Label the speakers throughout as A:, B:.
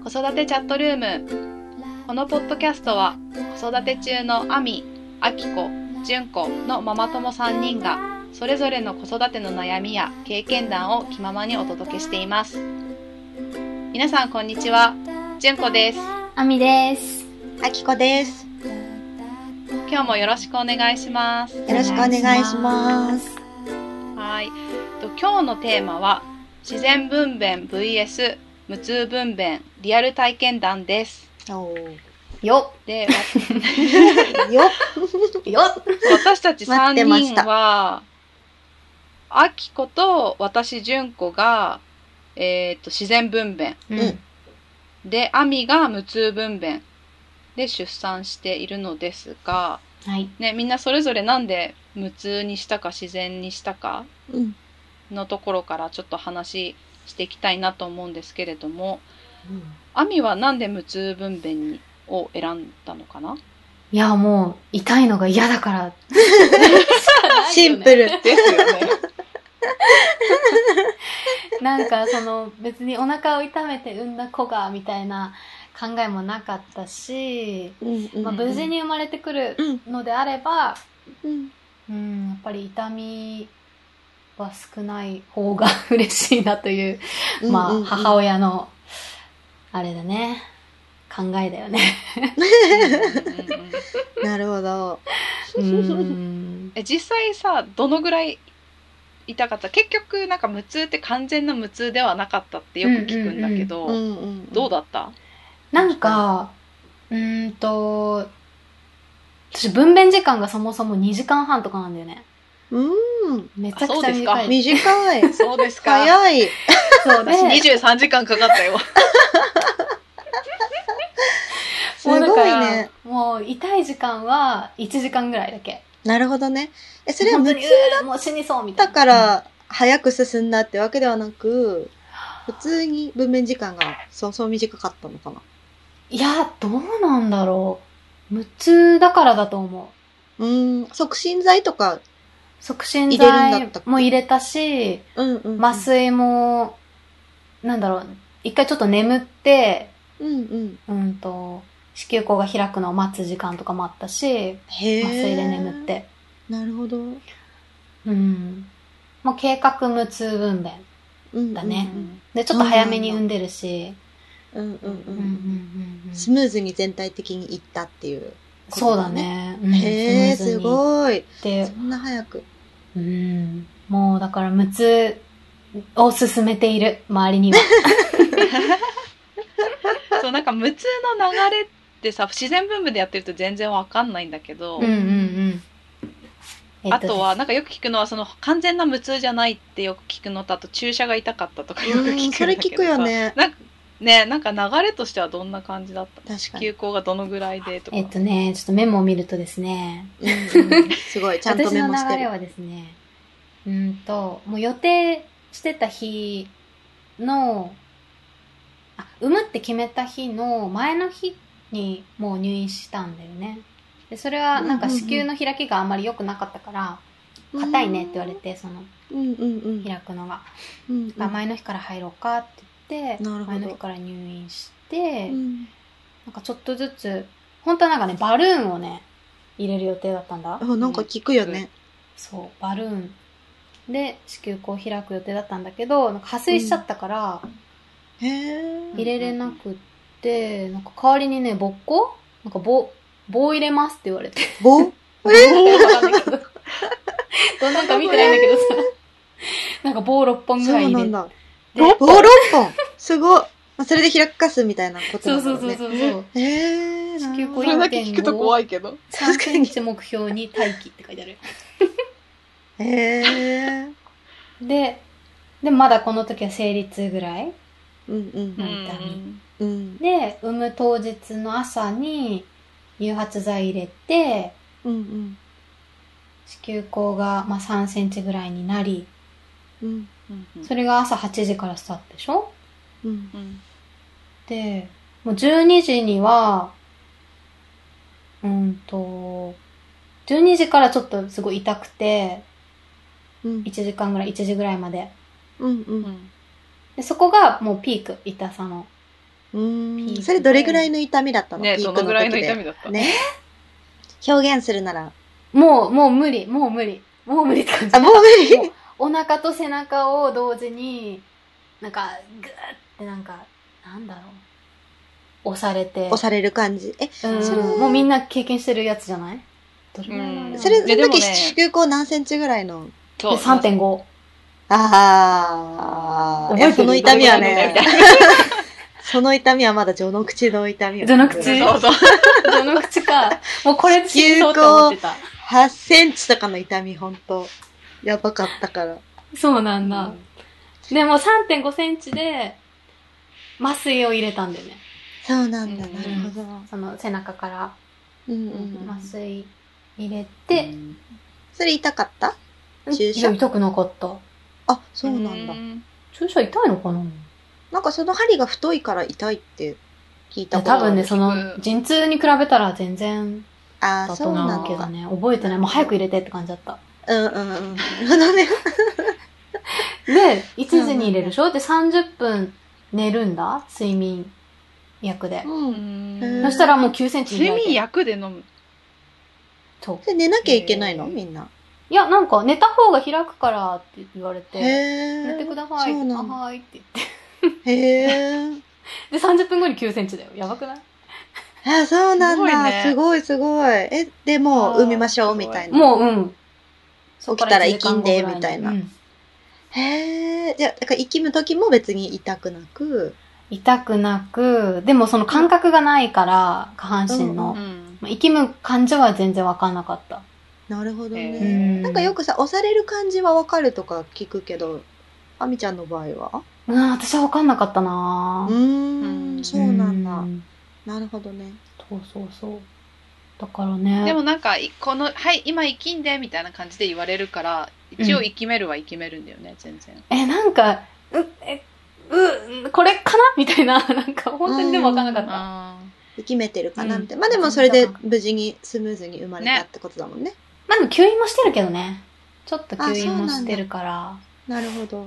A: 子育てチャットルーム。このポッドキャストは子育て中のあみ、あきこ、じゅんこのママ友3人がそれぞれの子育ての悩みや経験談を気ままにお届けしています。皆さんこんにちは、じゅんこです。
B: あみです。
C: あきこです。
A: 今日もよろしくお願いします。
C: よろしくお願いします。
A: はい。今日のテーマは自然分娩 vs 無痛分娩リアル体験談です。
B: よっ
A: で、
C: よっ
A: 私たち3人は、あきこと私じゅんこが、自然分娩、で、あみが無痛分娩で出産しているのですが、
B: はい
A: ね、みんなそれぞれなんで無痛にしたか自然にしたかのところからちょっと話していきたいなと思うんですけれども、あみはなんで無痛分娩を選んだのかな？
B: いや、もう痛いのが嫌だから
C: シンプル
A: ですよね。
B: なんか別にお腹を痛めて産んだ子がみたいな考えもなかったし、無事に生まれてくるのであれば、やっぱり痛みは少ない方が嬉しいなという、母親のあれだね、考えだよね。
C: なるほど。
A: 実際さ、どのぐらい痛かった？結局なんか無痛って完全な無痛ではなかったってよく聞くんだけど、どうだった？
B: なんか私分娩時間がそもそも2時間半とかなんだよね。めちゃくちゃ短い。
C: 短い。
A: そうですか。
C: 早い。
A: そうだし、23時間かかったよ。
C: すごいね。
B: もう痛い時間は1時間ぐらいだけ。
C: なるほそれは無痛
B: もう死にそうみたいな。
C: だから早く進んだってわけではなく、普通に分娩時間がそう短かったのかな。
B: いや、どうなんだろう。無痛だからだと思
C: う。促進剤とか
B: 促進剤も入れたし、麻酔もなんだろう、一回ちょっと眠って、子宮口が開くのを待つ時間とかもあったし、麻酔で眠って。
C: なるほど。
B: もう計画無痛分娩だね。で、ちょっと早めに産んでるし、
C: スムーズに全体的にいったっていう、
B: そうだね。
C: へー、すごい。
B: で、
C: そんな早く。
B: もうだから無痛を進めている、周りには。
A: そう、なんか無痛の流れってさ、自然分娩でやってると全然わかんないんだけど、あとはなんかよく聞くのは完全な無痛じゃないってよく聞くのと、あと注射が痛かったとかよく聞くんだけどさ、
C: それ聞くよね。
A: なんか流れとしてはどんな感じだった？
C: 確かに。
A: 休校がどのぐらいでとか。
B: ちょっとメモを見るとですね。
C: すごい、ちゃんとメモしてる。
B: 私の流れはですね、もう予定してた日の、産むって決めた日の前の日にもう入院したんだよね。で、それはなんか子宮の開きがあんまり良くなかったから、硬いねって言われて、開くのが。前の日から入ろうかって言って、前の日から入院して、なんかちょっとずつ、本当はなんかね、バルーンをね、入れる予定だったんだ。
C: なんか聞くよね。
B: そう、バルーンで子宮口を開く予定だったんだけど、なんか破水しちゃったから、入れれなくって、なんか代わりにね、棒入れますって言われて。
C: 棒
B: わかんないけど。なんか見てないんだけどさ。なんか棒6本ぐらい入れて。
C: そうなんだ。棒6本すごい。それで開かすみたいなことなんだろうね。
B: そう。
C: 子
B: 宮口
A: それだけ聞くと怖いけど。
B: 3センチ目標に待機って書いてある。でまだこの時は生理痛ぐらいの痛み。で、産む当日の朝に誘発剤入れて、子宮口が3センチぐらいになり、それが朝8時からスタートでしょ？で、もう12時には、12時からちょっとすごい痛くて、1時間ぐらい、1時ぐらいまで。で、そこがもうピーク、痛さの。
C: うーん。
B: ピークで
C: それどれぐらいの痛みだったの？
A: ね、
C: ピー
A: どのぐらいの
C: クの時で。
A: 痛みだった？
C: ね。表現するなら。
B: もう無理って感じ。
C: あ、もう無理。
B: もうお腹と背中を同時に、なんか、ぐーってなんか、なんだろう。押されて。
C: 押される感じ。
B: うん、
C: それ
B: もうみんな経験してるやつじゃない？どれぐらいのあれなの？
C: それ、その時、
A: でもね
C: 子宮口何センチぐらいの？
A: そう
B: で 3.5。
C: あ
B: 覚えてる
C: その痛みはね
A: どれぐらいのねみたい、
C: その痛みはまだ序の口の痛みよ。
B: 序の口
A: そうそう。
B: どの口か。もうこれ死にそうって思ってた。
C: 8センチとかの痛み、ほんと。やばかったから。
B: そうなんだ。でも3.5センチで、麻酔を入れたんだよね。
C: そうなんだ、
A: うん
C: なるほど。
B: その背中から
C: うんうん。
B: 麻酔入れて、
C: それ痛かった？注
B: いや、
C: 射？
B: 痛くなかった。
C: あ、そうなんだ。
B: 注射痛いのかな？
C: なんかその針が太いから痛いって聞いたことある。
B: 多分ね、その、陣痛に比べたら全然
C: ああ、
B: だと
C: そうなだ。
B: 思うんけどね。覚えてない。もう早く入れてって感じだった。
C: うんうんうん。なるほどね。
B: で、1時に入れるでしょ？で、30分寝るんだ？睡眠薬で。
C: うん。
B: そしたらもう9センチに
A: 睡
B: 開いて
A: 眠薬で飲む。
B: そう。
C: それ寝なきゃいけないの？みんな。
B: いや、なんか寝た方が開くからって言われて、
C: へー。
B: 寝てくださいって、
C: そうなんだ。
B: はいって言って。
C: へー。
B: で、30分後に9センチだよ。やばくない？
C: あ、そうなんだ。
A: すごいね
C: すごいすごい。で、もう産みましょう、みたいな。
B: もう、うん。
C: 起きたら生きんで、みたいな。
B: うん
C: へー。じゃあ、だから生きむ時も別に痛くなく。
B: 痛くなく、でもその感覚がないから、下半身の。
A: うん。
B: 生きむ感じは全然わかんなかった。
C: なるほど
A: へ
C: ね。
A: ー
C: なんかよくさ、押される感じはわかるとか聞くけど、あみちゃんの場合は？
B: 私はわかんなかったなぁ。
C: そうなんだ。
B: うん
C: なるほどね。
B: そうそうそう。だからね。
A: でもなんか、はい、今生きんで、みたいな感じで言われるから、一応生きめるは生きめるんだよね、全然。
B: なんか、これかなみたいな、なんか本当にでもわかんなかった。
A: あ
C: 生きめてるかな、
B: うん
C: みたいな。まあでもそれで無事にスムーズに生まれたってことだもんね。
B: まあでも吸引もしてるけどね。ちょっと吸引もしてるから。
C: なるほど。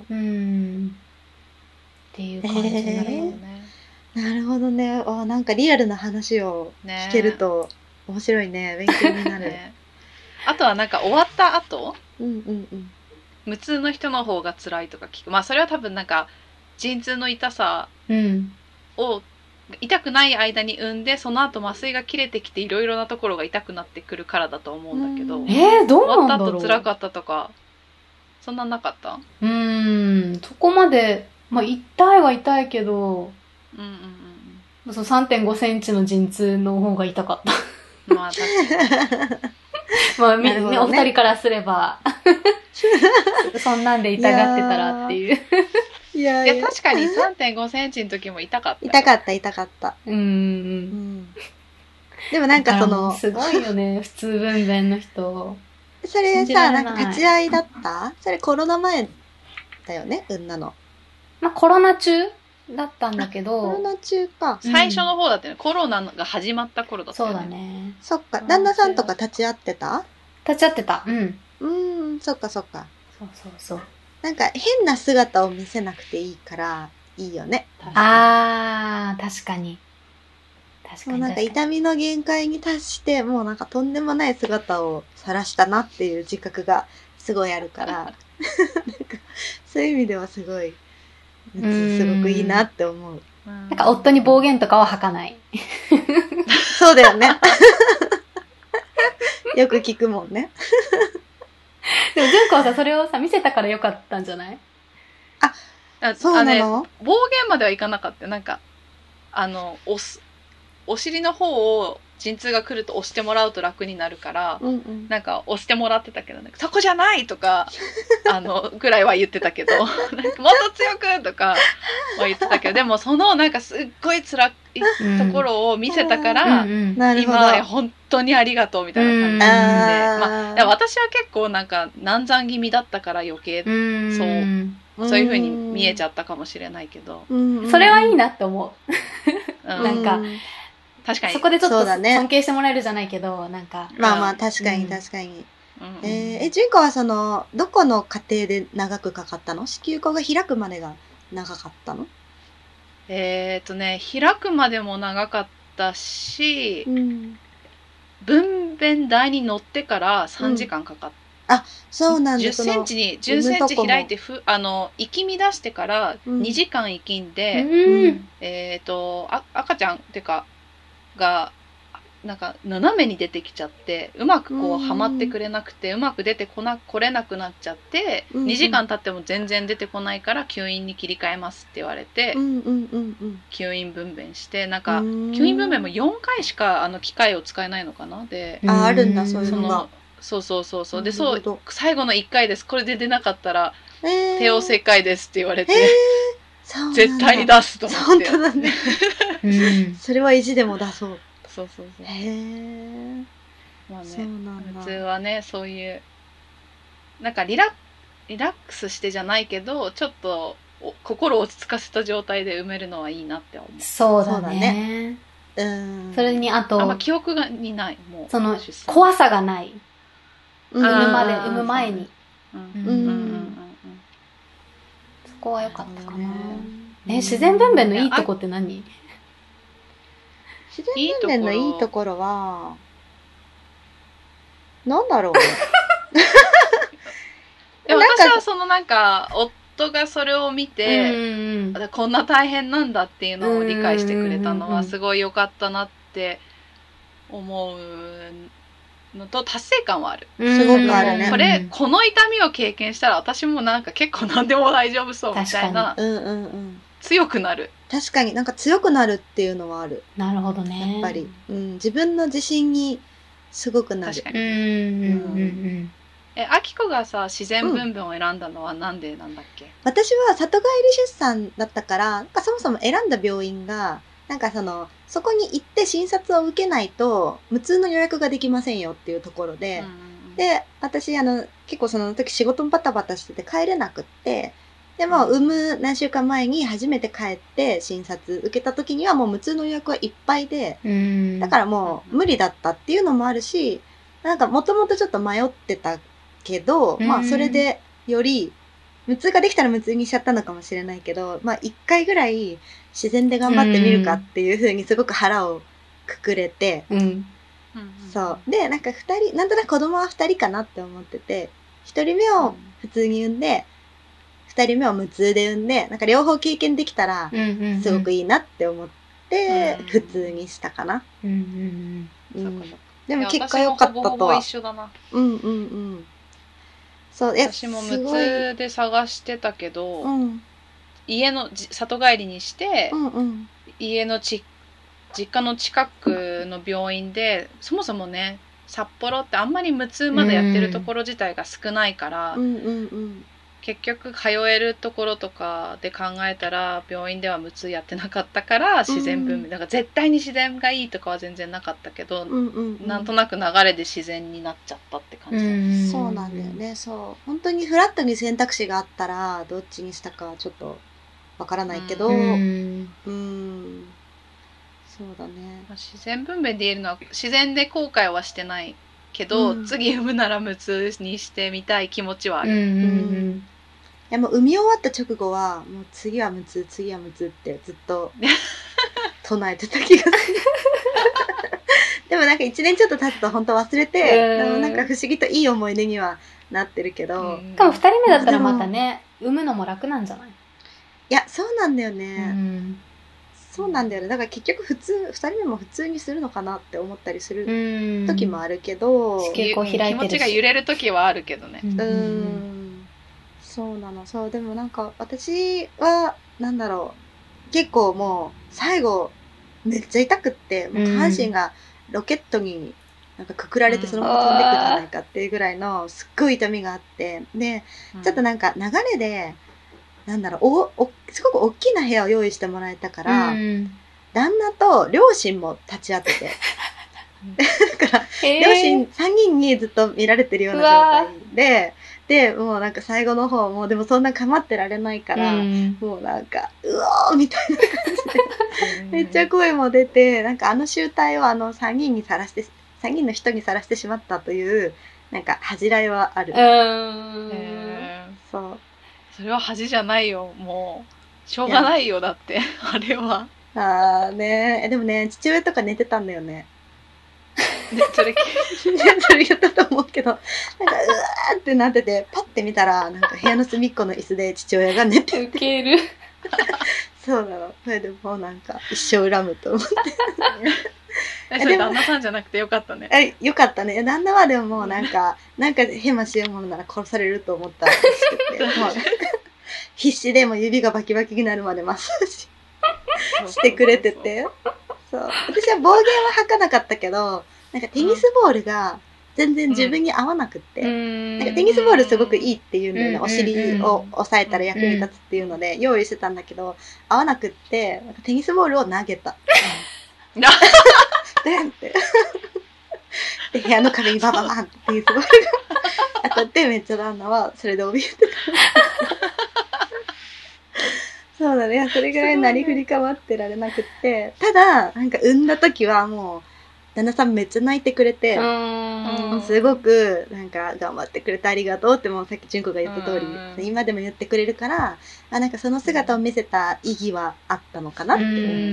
B: っていう感じ
A: ーなるほど
B: ね。
A: ね。
C: なるほどね。なんかリアルな話を聞けると面白いね。勉強になる。
A: ねあとはなんか終わった後、
C: うんうんうん。
A: 無痛の人の方が辛いとか聞く。まあそれは多分なんか、陣痛の痛さ
B: うん。
A: を痛くない間に産んで、その後麻酔が切れてきていろいろなところが痛くなってくるからだと思うんだけど、
C: うん
B: どう
A: 終わった
B: なんだろう。
A: 後辛かったとか、そんなんなかった？
B: そこまで、まあ痛いは痛いけど、
A: うんうんうん。
B: その 3.5 センチの陣痛の方が痛かった。
A: まあ確かに。
B: まあ
C: なるほどね
B: お二人からすれば、そんなんで痛がってたらっていう。
C: いや
A: いや確かに 3.5 センチの時も痛かったよ。
C: 痛かった、痛かった。
B: うん。
C: うん。でもなんかその、
B: すごいよね、普通分娩の人。
C: それ
B: 信じら
C: さ、
B: れない
C: なんか立ち会いだった？それコロナ前だよね、産んだの。
B: まあコロナ中だったんだけど、
C: コロナ中か。
A: 最初の方だったよね。コロナが始まった頃だったよね。
B: そうだね。
C: そっか。旦那さんとか立ち会ってた？
B: 立ち会ってた。
C: そっかそっか。
B: そうそうそう。
C: なんか変な姿を見せなくていいから、いいよね。
B: 確かに。確かに。
C: もうなんか痛みの限界に達して、もうなんかとんでもない姿を晒したなっていう自覚がすごいあるから、なんかそういう意味ではすごい、すごくいいなって思う。
A: なん
B: なんか夫に暴言とかは吐かない。
C: そうだよね。よく聞くもんね。
B: でも、純子はさ、それをさ、見せたからよかったんじゃない？
C: そうなの？
A: 暴言まではいかなかったよ。なんか、お尻の方を陣痛が来ると押してもらうと楽になるから、なんか押してもらってたけど、ね、そこじゃないとか、ぐらいは言ってたけど、なんかもっと強くとかは言ってたけど、でもそのなんかすっごい辛いところを見せたから、
C: なるほど。
A: 今本当にありがとうみたいな感じで、まあ、私は結構なんか難産気味だったから余計そういう風に見えちゃったかもしれないけど、
B: それはいいなって思う。
A: なん
B: か、
A: 確かに
B: そこでちょっと
C: ね
B: 尊敬してもらえるじゃないけど、なんか。
C: まあまあ、確かに確かに。
A: うん
C: 純子はその、どこの過程で長くかかったの？子宮口が開くまでが長かったの？
A: 開くまでも長かったし、
C: うん。
A: 分娩台に乗ってから3時間かかった。
C: そうなんだ。
A: 10センチに、10
C: 産
A: セン
C: むとこも
A: チ開いて生き乱してから
C: うん
A: 2時間生きん
B: う
A: で、
B: ん。
A: 赤ちゃんってか、が、なんか斜めに出てきちゃって、うまくこうはまってくれなくて、うまく出てこれなくなっちゃって、
C: うんうん
A: 2時間経っても全然出てこないから吸引に切り替えますって言われて、
C: うんうんうんうん。
A: 吸引分娩して、なんか、
C: うん
A: 吸引分娩も4回しか機械を使えないのかな。で、
C: あるんだそういうのが
A: その、そう。で、
C: なるほど
A: 最後の1回です。これで出なかったら、帝王切
C: 世
A: 開ですって言われて、
C: そうなんだ。
A: 絶対に出すと思
C: 本
A: って。
C: 当だね。
B: うん。
C: それは意地でも出そう。
A: そう。
C: へえ。
A: まあ
C: そう
A: ね、
C: なんだ。
A: 普通はね、そういう、なんかリラックスしてじゃないけど、ちょっと心を落ち着かせた状態で産めるのはいいなって思う。
B: そうだ
C: そうだ
B: ね。それにあ
A: あんま
B: と、
A: 記憶にない、もう。
B: その
A: 出産
B: 怖さがない。
C: うん
B: 産む前に。
A: うん
B: そこは良かったかな。
C: うん
B: 自然分娩のいいとこって何？
C: 自然分娩のいいところは、なんだろうね。
A: でも
C: なんか
A: 私はそのなんか、夫がそれを見て、こんな大変なんだっていうのを理解してくれたのはすごい良かったなって思うのと、達成感はある。
C: すごくあるね。
A: この痛みを経験したら私もなんか結構何でも大丈夫そうみたいな、強くなる。
C: 確かになんか強くなるっていうのはある。
B: なるほどね。
C: やっぱり、自分の自信にすごくなる。
A: 確かに。あきこがさ、自然分娩を選んだのはなんでなんだっけ？
C: 私は里帰り出産だったから、なんかそもそも選んだ病院が、なんかそこに行って診察を受けないと、無痛の予約ができませんよっていうところで、で、私、結構その時仕事もバタバタしてて帰れなくって、でも、産む何週間前に初めて帰って診察受けた時にはもう無痛の予約はいっぱいで、だからもう無理だったっていうのもあるし、なんかもともとちょっと迷ってたけど、まあそれでより、無痛ができたら無痛にしちゃったのかもしれないけど、まあ一回ぐらい自然で頑張ってみるかっていう風にすごく腹をくくれて、そう。で、なんかなんとなく子供は2人かなって思ってて、1人目を普通に産んで、2人目を無痛で産んで、なんか両方経験できたら、すごくいいなって思って、普通にしたかな。でも結果良かったとは。
A: ほぼ一緒だな。
C: そう、
A: 私も無痛で探してたけど、家の里帰りにして、家の実家の近くの病院で、そもそもね、札幌ってあんまり無痛までやってるところ自体が少ないから、結局通えるところとかで考えたら病院では無痛やってなかったから自然分娩、だから絶対に自然がいいとかは全然なかったけど、なんとなく流れで自然になっちゃったって感じだ。
C: そうなんだよね。そう本当にフラットに選択肢があったらどっちにしたかはちょっとわからないけど、そうだね。
A: 自然分娩で言えるのは自然で後悔はしてないけど、次産むなら無痛にしてみたい気持ちはある。
C: いやもう産み終わった直後はもう次は無痛ってずっと唱えてた気がする。でもなんか1年ちょっと経つと本当忘れて、でもなんか不思議といい思い出にはなってるけど、
B: しかも2人目だったらまたね、産むのも楽なんじゃない？
C: いやそうなんだよね。そうなんだよね。だから結局2人目も普通にするのかなって思ったりする時もあるけど、
A: 気持ちが揺れる時はあるけどね。
C: そうなの。そう、でもなんか私はなんだろう、結構もう最後めっちゃ痛くって、もう下半身がロケットになんかくくられてそのまま飛んでくんじゃないかっていうぐらいのすっごい痛みがあって、でちょっとなんか流れでなんだろう、すごく大きな部屋を用意してもらえたから、旦那と両親も立ち会ってて。だから、両親3人にずっと見られてるような状態で、もうなんか最後の方、もうでもそんな構ってられないから、もうなんか、うおーみたいな感じで、めっちゃ声も出て、なんか集体を3人の人にさらしてしまったという、なんか恥じらいはある。そう。
A: それは恥じゃないよ、もう。 しょうがないよ、だって。あれは。
C: あーねでもね、父親とか寝てたんだよね。
A: で、それ、
C: それ言ったと思うけど、なんか、うわーってなってて、パッて見たら、なんか部屋の隅っこの椅子で父親が寝てる。
B: ウケる。
C: そうなの。それでもうなんか、一生恨むと思って。
A: それ旦那さんじゃなくてよかったね。
C: よかったね。旦那はでももうなんかヘマしようものなら殺されると思ったらしくて、もうなんか必死でもう指がバキバキになるまでマッサージしてくれてて。そう。私は暴言は吐かなかったけど、なんかテニスボールが全然自分に合わなくって、なんかテニスボールすごくいいっていうんだよね。お尻を押さえたら役に立つっていうので用意してたんだけど、合わなくって、なんかテニスボールを投げた。でんって。で、部屋の壁にバババンってテニスボールが当たって、めっちゃ旦那はそれで怯えてた。そうだね。それぐらいなりふり構ってられなくって。ただ、なんか産んだ時はもう、旦那さんめっちゃ泣いてくれて、すごく、なんか、頑張ってくれてありがとうって、もうさっき純子が言った通り、今でも言ってくれるから、なんかその姿を見せた意義はあったのかなって思った。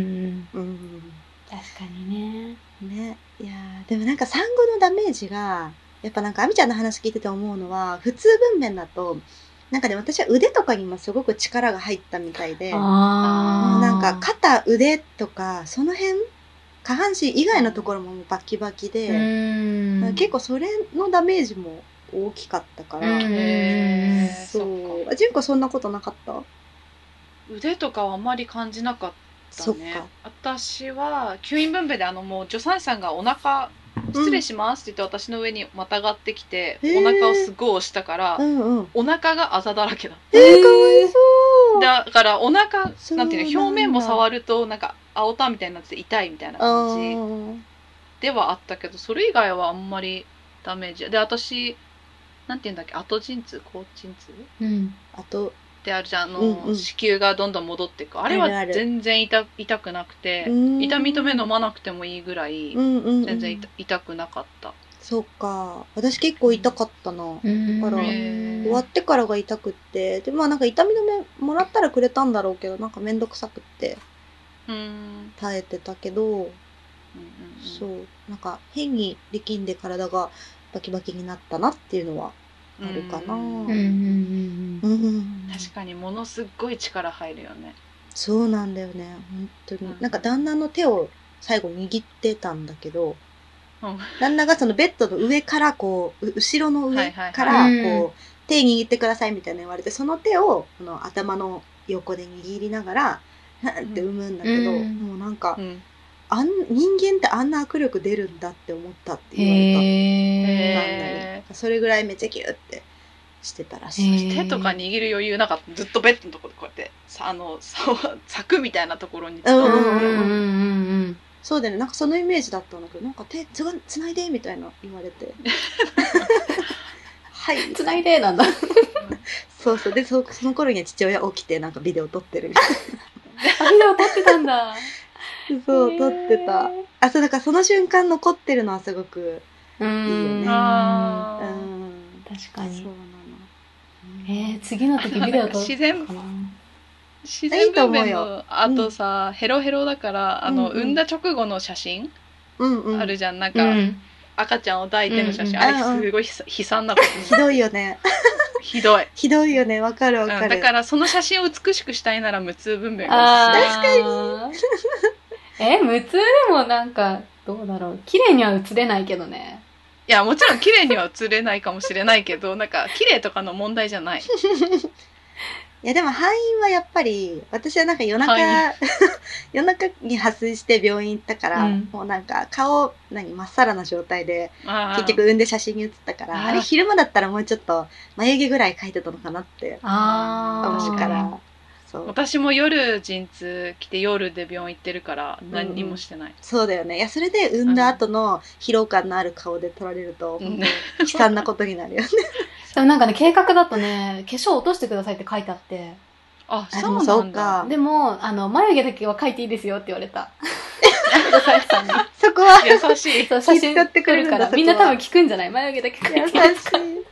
B: 確かにね。
C: ね。いやでもなんか産後のダメージが、やっぱなんかあみちゃんの話聞いてて思うのは、普通分娩だと、なんかね、私は腕とかにもすごく力が入ったみたいで、なんか肩、腕とか、その辺、下半身以外のところもバキバキで、結構それのダメージも大きかったから、そう。純子そんなことなかった？
A: 腕とかはあんまり感じなかったね。私は吸引分娩でもう助産師さんがお腹失礼しますって言って私の上にまたがってきて、お腹をすごい押したから、お腹があざだらけだった。
C: かわいそう。
A: だからお腹なんていうの、表面も触るとなんか青タンみたいになってて痛いみたいな感じではあったけど、それ以外はあんまりダメージで、私なんていうんだっけ、後陣痛、後陣痛、後ってあるじゃん、子宮がどんどん戻っていく、あれは全然痛くなくて、痛み止め飲まなくてもいいぐらい、全然痛くなかった。
C: そっか。私結構痛かったな。だから終わってからが痛くって、でなんか痛み止めもらったらくれたんだろうけど、なんかめんどくさくって耐えてたけど、そうなんか変に力んで体がバキバキになったなっていうのはあるかな。
A: 確かにものすっごい力入るよね。
C: そうなんだよね、本当に。なんか旦那の手を最後握ってたんだけど、旦那がそのベッドの上からこう後ろの上からこう手握ってくださいみたいな言われて、その手をこの頭の横で握りながらなんて産むんだけど、もうなんか、人間ってあんな握力出るんだって思ったって言われた。旦那にそれぐらいめっちゃギューってしてたらしい。
A: 手とか握る余裕なかった。ずっとベッドのところでこうやって柵みたいなところに
C: そうだね、なんかそのイメージだったんだけど、なんか手つないでみたいな言われてはい
B: つないでなんだ
C: そうでその頃には父親起きてなんかビデオ撮ってるみたい
B: なビデオ撮ってたんだ
C: そう撮ってた。そうだからその瞬間残ってるのはすごくいいよね。
B: 確かに。そうなの。次の時ビデオ撮るかな。
A: 自然分娩のあとさ、ヘロヘロだから産んだ直後の写真あるじゃん、なんか、赤ちゃんを抱いての写真、あれすごい悲惨なこと。
C: ひどいよね。
A: ひどい
C: よね。わかる。
A: だからその写真を美しくしたいなら無痛分娩
C: が確か
B: に無痛でもなんかどうだろう、綺麗には写れないけどね。
A: いやもちろん綺麗には写れないかもしれないけど、なんか綺麗とかの問題じゃない。
C: いやでも敗因はやっぱり私はなんか夜中に破水して病院行ったから、もうなんか顔まっさらな状態で結局産んで写真に写ったから、あれ昼間だったらもうちょっと眉毛ぐらい描いてたのかなって思うから。
A: そう私も夜陣痛来て夜で病院行ってるから何にもしてない。
C: そうだよね。いやそれで産んだ後の疲労感のある顔で撮られると本当に悲惨なことになるよね。
B: でもなんかね、計画だとね、化粧落としてくださいって書いてあって。
A: そうなんだ。
B: でも、眉毛だけは描いていいですよって言われた。
C: そこは
A: 優しい。
B: そう、写真撮ってくるから。みんな多分聞くんじゃない？眉毛だけ描いていいですか？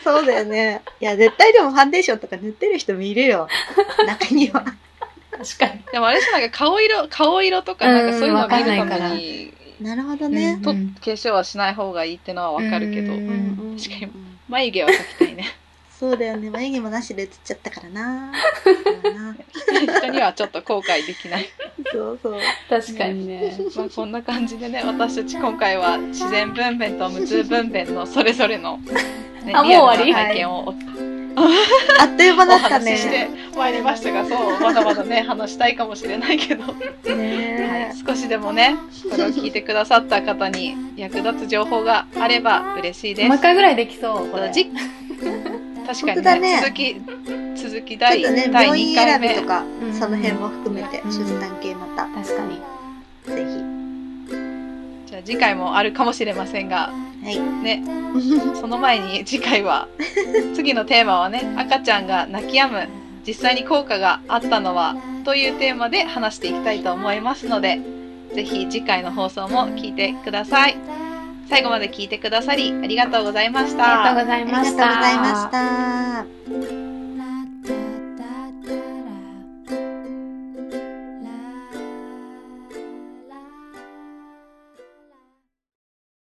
C: そうだよね。いや、絶対でもファンデーションとか塗ってる人もいるよ。中には。
B: 確かに。
A: でもあれじゃなんか顔色とかなんかそういうのを見るた
B: わかんない
A: めに、
C: なるほどね。
A: 化粧はしない方がいいってのはわかるけど、
B: うん
A: 確かに眉毛は描きたいね。
C: そうだよね。眉毛もなしで写っちゃったからな。
A: 人にはちょっと後悔できない。
C: そうそう。
B: 確かにね。
A: まあこんな感じでね、私たち今回は自然分娩と無痛分娩のそれぞれの、ね、
B: あもう終わり
A: リアルな体験を
C: あっという間だ
A: お
C: った
A: 話しして
C: ね。
A: まいりましたが、そうまだまだね話したいかもしれないけど、
C: ね
A: 少しでもねこれを聞いてくださった方に役立つ情報があれば嬉しいです。
B: もう一回ぐらいできそう、これ。
A: 確かに
C: 本当だね
A: 続き
C: ちょ
A: 第
C: っとね、
A: 第
C: 病
A: 2回目
C: 院選びとか
B: う、ん
C: その辺も含めて、
B: うん
C: 出産系また、
B: 確かに。
C: ぜ
A: じゃあ次回もあるかもしれませんが
C: ひ。はい。
A: ね、その前に次回は次のテーマはね、赤ちゃんが泣き止む実際に効果があったのはというテーマで話していきたいと思いますので、ぜひ次回の放送も聞いてください。最後まで聞いてくださりありがとうございました。
B: ありがとうございました。
C: ありがとうございました。